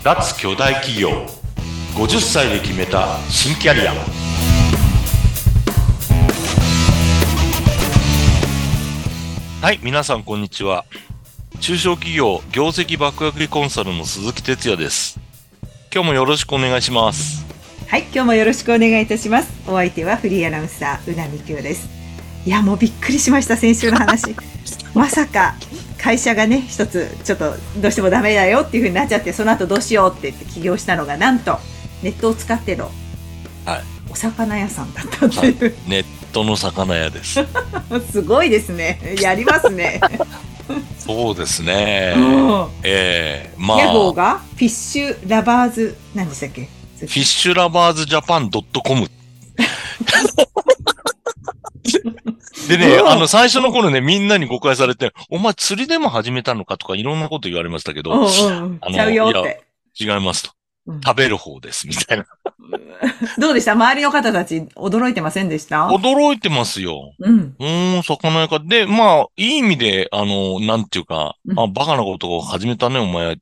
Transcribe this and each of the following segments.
脱巨大企業50歳で決めた新キャリア。はい、皆さんこんにちは。中小企業業績爆上げコンサルの鈴木哲也です。今日もよろしくお願いします。 はい、今日もよろしくお願いいたします。お相手はフリーアナウンサー宇賀美京です。いや、もうびっくりしました。先週の話まさか会社がね、一つちょっとどうしてもダメだよっていう風になっちゃって、その後どうしようって言って起業したのが、なんとネットを使ってのお魚屋さんだったっていう、 ネットの魚屋ですすごいですね。やりますねそうですね、 屋号がフィッシュラバーズ何でしたっけ？ フィッシュラバーズジャパン .com でね、最初の頃ね、みんなに誤解されて、お前釣りでも始めたのかとかいろんなこと言われましたけど、 ちゃうよって。 いや、違いますと。食べる方です、みたいな。 どうでした？周りの方たち驚いてませんでした？ 驚いてますよ。魚屋か。で、まあ、いい意味で、なんていうか、バカなことを始めたね、お前って、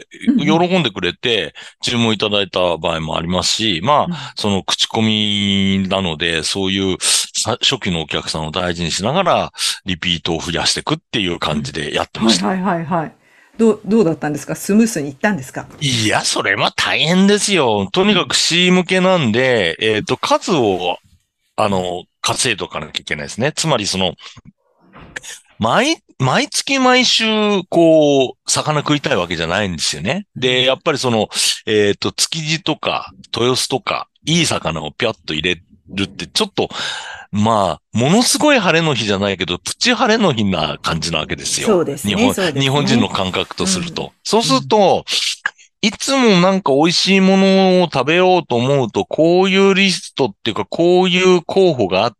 喜んでくれて、注文いただいた場合もありますし、まあ、その口コミなので、そういう初期のお客さんを大事にしながら、リピートを増やしていくっていう感じでやってました。 はい。どうだったんですか？スムースにいったんですか？ いや、それは大変ですよ。とにかく C 向けなんで、数を、稼いとかなきゃいけないですね。つまり毎月毎週、魚食いたいわけじゃないんですよね。で、やっぱり築地とか、豊洲とか、いい魚をぴゃっと入れるって、ちょっと、まあ、ものすごい晴れの日じゃないけど、プチ晴れの日な感じなわけですよ。 そうですね。 日本人の感覚とすると。そうすると、いつもなんか美味しいものを食べようと思うと、こういうリストっていうか、こういう候補があって、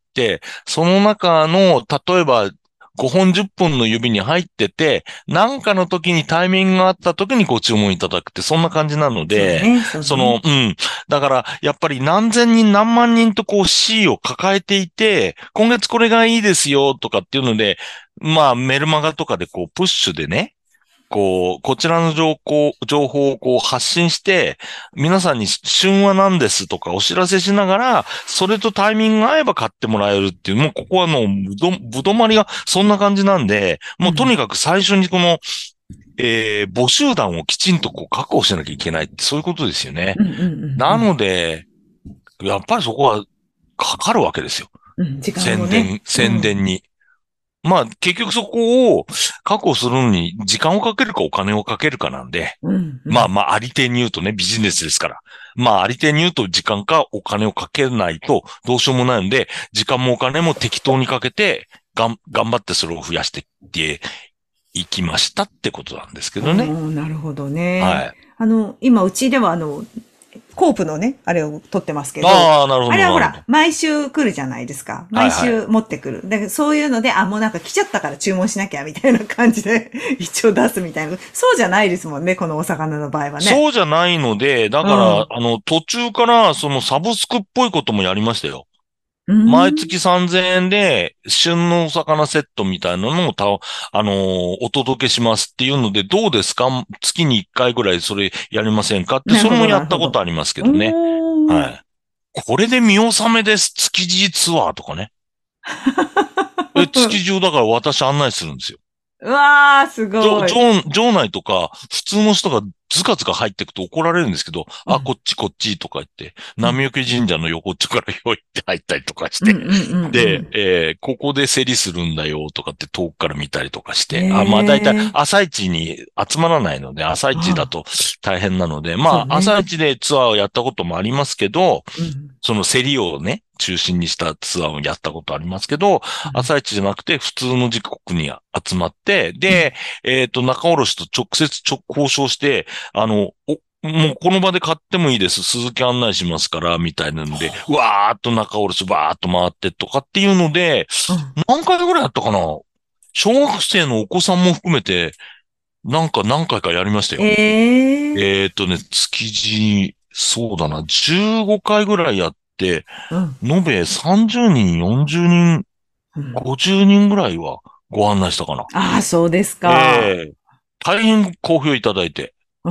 その中の、例えば、5本10本の指に入ってて、なんかの時にタイミングがあった時にご注文いただくって、そんな感じなので、だから、やっぱり何千人何万人とC を抱えていて、今月これがいいですよとかっていうので、まあメルマガとかでプッシュでね、こちらの情報を発信して、皆さんに旬は何ですとかお知らせしながら、それとタイミングが合えば買ってもらえるっていう、もうここはぶどまりがそんな感じなんで、もうとにかく最初に募集団をきちんと確保しなきゃいけないって、そういうことですよね。なので、やっぱりそこはかかるわけですよ。宣伝に。まあ、結局そこを確保するのに時間をかけるかお金をかけるかなんで、まあ、ありていに言うとね、ビジネスですから。まあ、ありていに言うと時間かお金をかけないとどうしようもないので、時間もお金も適当にかけて、頑張ってそれを増やしていっていきましたってことなんですけどね。 なるほどね。 はい。 今、うちではコープのね、あれを取ってますけど。 ああ、なるほど。 あれはほら、毎週来るじゃないですか。毎週持ってくる。だからそういうので、もうなんか来ちゃったから注文しなきゃみたいな感じで一応出すみたいな。そうじゃないですもんね、このお魚の場合はね。 そうじゃないので、だから、途中からサブスクっぽいこともやりましたよ。毎月3000円で、旬のお魚セットみたいなのをお届けしますっていうので、どうですか？月に1回ぐらいそれやりませんかって、それもやったことありますけどね。はい。これで見納めです。築地ツアーとかね。築地をだから私案内するんですよ。 うわー、すごい。 場内とか、普通の人がズカズカ入っていくと怒られるんですけど、こっちとか言って、波除神社の横っちょからひょいって入ったりとかして、で、ここで競りするんだよとかって遠くから見たりとかして、まあ大体朝市に集まらないので、朝市だと大変なので、まあ朝市でツアーをやったこともありますけど、その競りをね、中心にしたツアーをやったことありますけど、朝市じゃなくて普通の時刻に集まって、で、仲卸と直接交渉して、もうこの場で買ってもいいです。鈴木案内しますから、みたいなので、わーっと仲卸バーっと回ってとかっていうので、何回ぐらいやったかな？小学生のお子さんも含めて、何回かやりましたよ。築地、そうだな、15回ぐらいやって、延べ30人、40人、50人ぐらいはご案内したかな。 そうですか。 大変好評いただいて。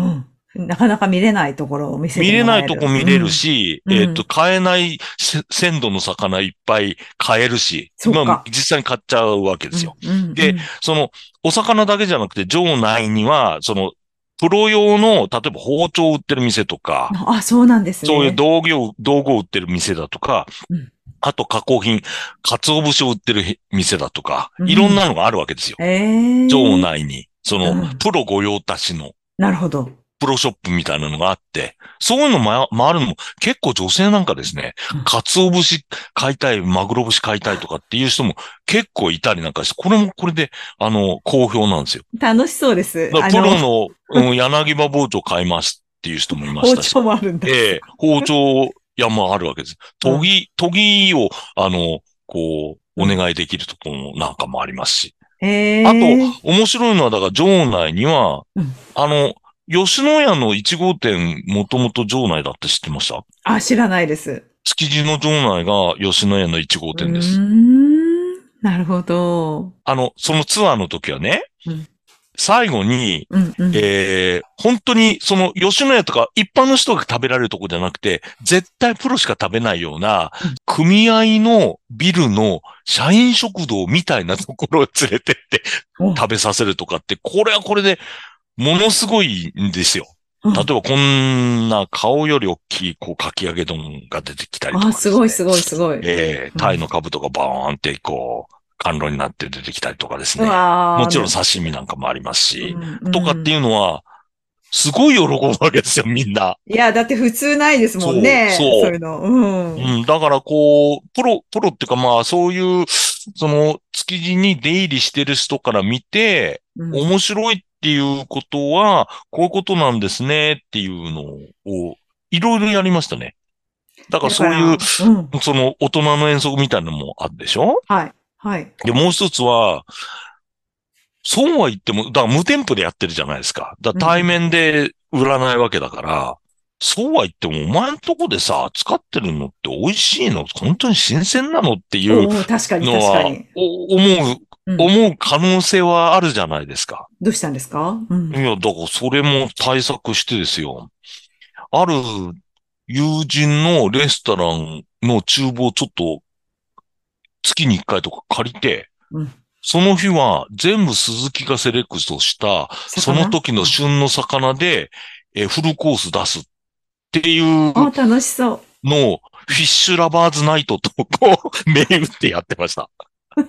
なかなか見れないところを見せ見れないとてもらえる。 こ見れるし、 うん。 買えない鮮度の魚いっぱい買えるし、まあ、 そっか。 実際に買っちゃうわけですよ。 うん、うん、うで、 ん。 お魚だけじゃなくて、場内には、プロ用の、例えば包丁を売ってる店とか、 あ、そうなんですそういうね。 道具を売ってる店だとか、 うん、 あと加工品、鰹節を売ってる店だとか、いろんうん。 なのがあるわけですよ。場ええ、 内に、 うん。 プロ御用達のなるほど。 プロショップみたいなのがあって、そういうの回るのも結構女性なんかですね、 うん。 鰹節買いたい、マグロ節買いたいとかっていう人も結構いたりなんかして、これもこれで、好評なんですよ。 楽しそうです。 だからプロの、柳刃包丁買いますっていう人もいましたし、 包丁もあるんだ。すご包丁屋もあるわけです。 い。うん。 研ぎを、おうん。 願いできるところなんかもありますし。あと、 ええ、 面白いのは、だから場内には、 うん。 あの、吉野家の1号店、もともと場内だって知ってました？ あ、知らないです。 築地の場内が吉野家の1号うー店です。 ん。なるほど。 そのツアーの時はね、 うん。 最後に、 うん、うん。 本当にその吉野家とか一般の人が食べられるとこじゃなくて、絶対プロしか食べないような、 うん。 組合のビルの社員食堂みたいなところを連れてってお、 食べさせるとかって、これはこれでものすごいんですよ。 うん。 例えばこんな顔より大きい、かき揚げ丼が出てきたりとあ、 かですね。 すごいすごいすごい。 タイうん。 の兜がバーンって甘露になって出てきたりとかですうね。もわー、 ちろん刺身なんかもありますし、 うん、 とかっていうん。 うのは、すごい喜ぶわけですよ、みんな。 いや、だって普通ないですもんそう、 ね。そうそいうの。うう。 ん。 うん、だからプロっていうかまあ、そういう、築地に出入りしてる人から見て、 うん。 面白いっていうことは、こういうことなんですねっていうのを、いろいろやりましたね。だからだかそういう、 ら、うん。 大人の遠足みたいなのもあるでしょ？ はい。はい。 で、もう一つは、そうは言っても、だから無店舗でやってるじゃないですか。だから対うん、 面で売らないわけだから、そうは言っても、お前んとこでさ、使ってるのって美味しいの本当に新鮮なのっていうおうおう、確かにのは、 確かに。うん。 思う可能性はあるじゃないですか。 どうしたんですか？うん。 いや、だからそれも対策してですよ。ある友人のレストランの厨房をちょっと月に1回とか借りて、 うん。 その日は全部鈴木がセレクトした、その時の魚、うん。 旬の魚で、フルコース出すっていうあ、楽しそう。 のを、フィッシュラバーズナイトと、銘打ってやってました。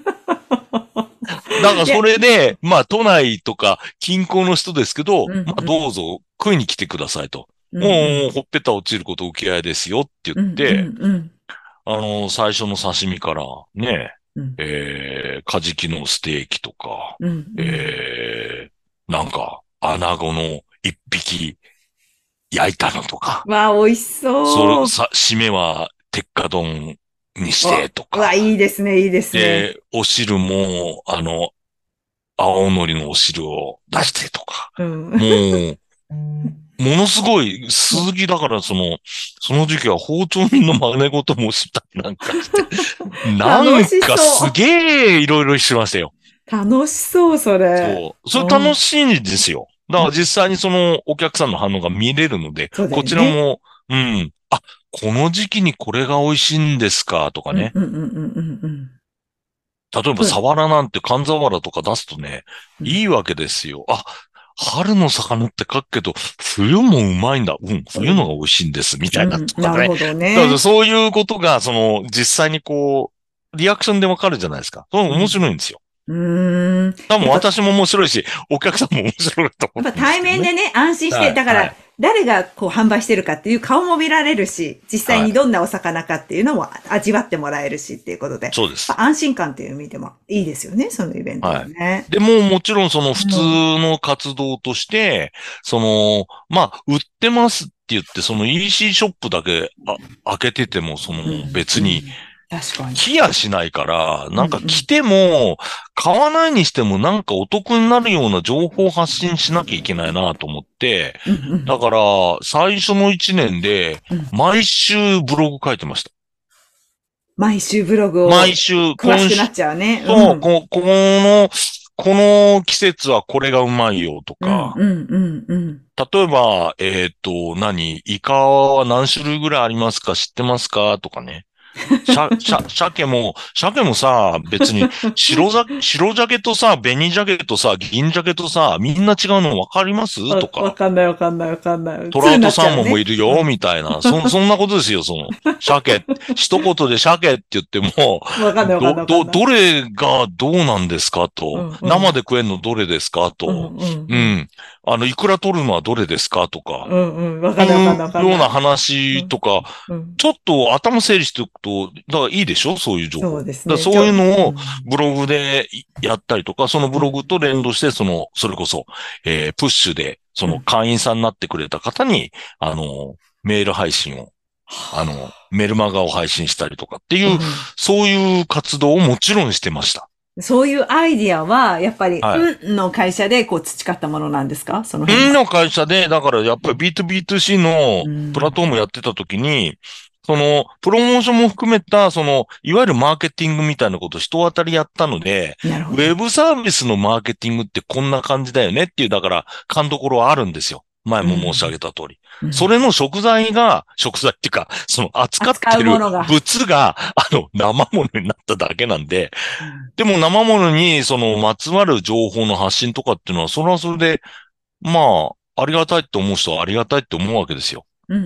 だからいや、 それで、まあ都内とか近郊の人ですけど、 うん、 まあうん、 どうぞ食いに来てくださいと。 うん、うん、 もう、ほっぺた落ちること受け合いですよって言っうん、うて、 ん、うん、 最初の刺身からね、 うん、 カジキのステーキとか、 うん、うん。 なんか、穴子の一匹焼いたのとか、 わあ、美味しそう。 締めは鉄火丼にしてわ、 とわ、 か、 いいですね、いいですね。 で、お汁も、青のりのお汁を出してとか、 うん。 もう、ものすごい、鈴木だからその時期は包丁人の真似事もしたりなんかして、な楽しんかすそう。 げえいろいろしましたよ。 楽しそう、それ。 そう。それうん。 楽しいんですよ。だから実際にそのお客さんの反応が見れるので、 そうだこよね。 ちらも、うん。あ、この時期にこれが美味しいんですかとかうん、 ね。 うん、うん、うん、うん、うん。 例えばそう。 サワラなんて寒ザワラとか出すとね、 うん。 いいわけですよ。あ、春の魚って書くけど、冬もうまいんだ。うん、冬のが美味しいんです。みたいなうん、 とかね。 なるほどだからね。 そういうことが、実際にリアクションでわかるじゃないですか。それ面うん。 白いんですよ。 うーん。 多分やっぱ、 私も面白いし、お客さんも面白いと思うんです対けどね。 面でね、安心して、 はい、 だから、 はい。 誰がこう販売してるかっていう顔も見られるし、実際はい。 にどんなお魚かっていうのも味わってもらえるしっていうことで、 そうです。 安心感っていう意味でもいいですよね、そのイベントははい。 ね。 でも、もちろんその普通うん。 の活動として、まあ、売ってますって言って、その EC ショップだけ開けてても、 うん、 別にうん。確かに。 来やしないから、 うん、 なんか来うん。 ても、買わないにしてもなんかお得になるような情報発信しなきゃいけないなと思って、 うん、うん。 だから、最初の1年で、 うん。 毎週ブログ書いてました。 毎週ブログを毎週、 詳しくなっちゃうね。うそう、 ん。 このこの季節はこれがうまいよとか、例えば、イカは何種類ぐらいありますか知ってますかとかね。鮭もさ、別に白鮭とさ、紅鮭とさ、銀鮭とさ、みんな違うの分かりますとか。 わかんない。 トラウトサーモンもいるよ、みたいな。そんなことですよ、鮭。一言で鮭って言っても、 わかんない。 どれがどうなんですかと。生で食えるのどれですかと。いくら取るのはどれですかとか。 わかんない。 ような話とか、ちょっと頭整理しておくと、だからいいでしょそういう情報。 そうですね。 そういうのをブログでやったりとか、そのブログと連動して、それこそ、プッシュで、会員さんになってくれた方に、メール配信を、メルマガを配信したりとかっていう、そういう活動をもちろんしてました。 そういうアイディアは、やっぱり、の会社で培ったものなんですかその辺。 の会社で、だからやっぱり B2B2C のプラットフォームやってた時に、プロモーションも含めた、いわゆるマーケティングみたいなことを人当たりやったので、ウェブサービスのマーケティングってこんな感じだよねっていう、だから、勘どころはあるんですよ。前も申し上げた通り。それの食材っていうか、扱ってる物が、生物になっただけなんで、でも生物に、まつわる情報の発信とかっていうのは、それはそれで、まあ、ありがたいって思う人はありがたいって思うわけですよ。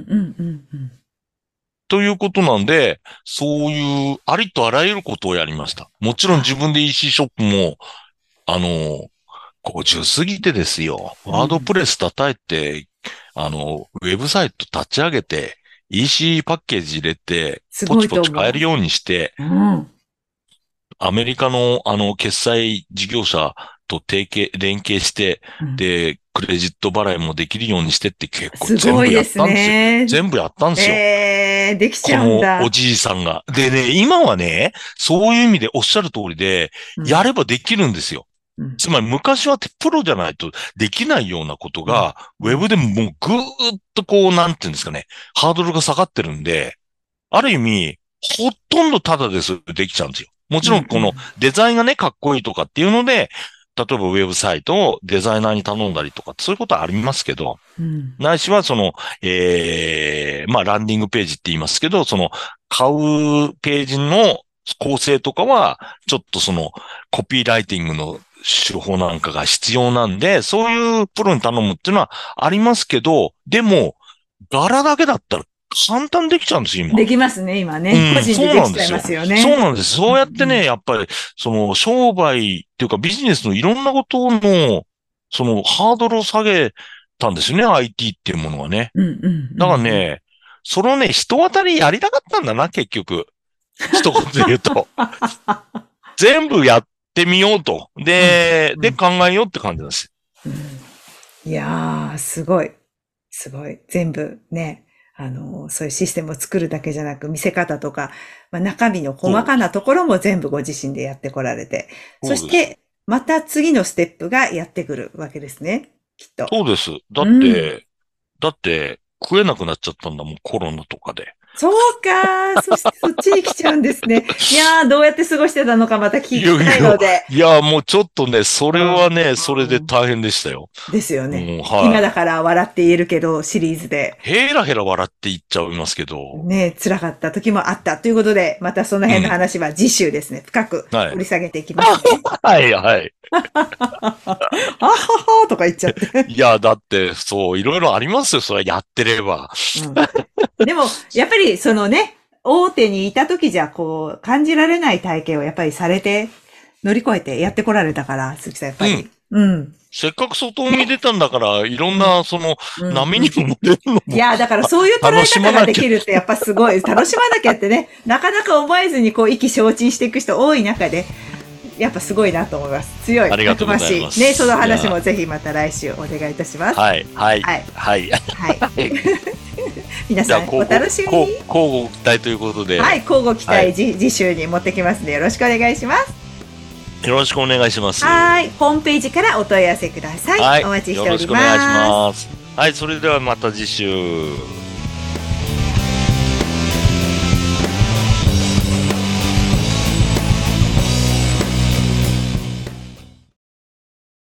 ということなんで、そういうありとあらゆることをやりました。もちろん自分で EC ショップも、50過ぎてですよ。ワードプレス叩いて、ウェブサイト立ち上げて、EC パッケージ入れて、ポチポチ買えるようにして、アメリカの決済事業者と連携して、で、クレジット払いもできるようにしてって結構全部やったんですよ。全部やったんですよ。 できちゃうんだ。 このおじいさんが。でね、今はね、そういう意味でおっしゃる通りで、やればできるんですよ。つまり昔はプロじゃないとできないようなことが、ウェブでももうぐーっとなんていうんですかね、ハードルが下がってるんで、ある意味、ほとんどタダでできちゃうんですよ。もちろんこのデザインがね、かっこいいとかっていうので、例えばウェブサイトをデザイナーに頼んだりとか、そういうことはありますけど、ないしはまあランディングページって言いますけど、買うページの構成とかは、ちょっとコピーライティングの手法なんかが必要なんで、そういうプロに頼むっていうのはありますけど、でも、柄だけだったら簡単にできちゃうんですよ、今。 できますね、今ね。個人でできちゃいますよね。 そうなんです。そうやってね、やっぱり、商売っていうかビジネスのいろんなことの、ハードルを下げたんですよね、IT っていうものはね。だからね、それをね、人当たりやりたかったんだな、結局。一言で言うと。全部やってみようと。で考えようって感じなんです。 いやー、すごい。すごい。全部ね、そういうシステムを作るだけじゃなく、見せ方とか、まあ、中身の細かなところも全部ご自身でやってこられて。そして、また次のステップがやってくるわけですね。きっと。 そうです。だって、食えなくなっちゃったんだもん、コロナとかで。 そうか。そっちに来ちゃうんですね。いやー、どうやって過ごしてたのかまた聞きたいので。 いや、もうちょっとね、それはね、それで大変でしたよ。 ですよね。今だから笑って言えるけど、シリーズで。 ヘラヘラ笑って言っちゃいますけど。 ね、辛かった時もあったということで、またその辺の話は次週ですね。深く掘り下げていきますね。 はい、はい。 あははとか言っちゃって。 いや、だって、そう、いろいろありますよ、それやってれば。 でも、やっぱり大手にいた時じゃ感じられない体験をやっぱりされて、乗り越えてやってこられたから、鈴木さん、やっぱり。 せっかく外に出たんだから、いろんな、波にも乗れるのも。 いや、だからそういう捉え方ができるってやっぱすごい、楽しまなきゃってね、なかなか思えずに意気消沈していく人多い中で、やっぱすごいなと思います。強い。 ありがとうございます。 ね、その話もぜひまた来週お願いいたします。 はい。 皆さん、お楽しみに。 交互期待ということで。 はい、交互期待、次週に持ってきますので、よろしくお願いします。 よろしくお願いします。 はい、ホームページからお問い合わせください。お待ちしております。 よろしくお願いします。はい、それではまた次週。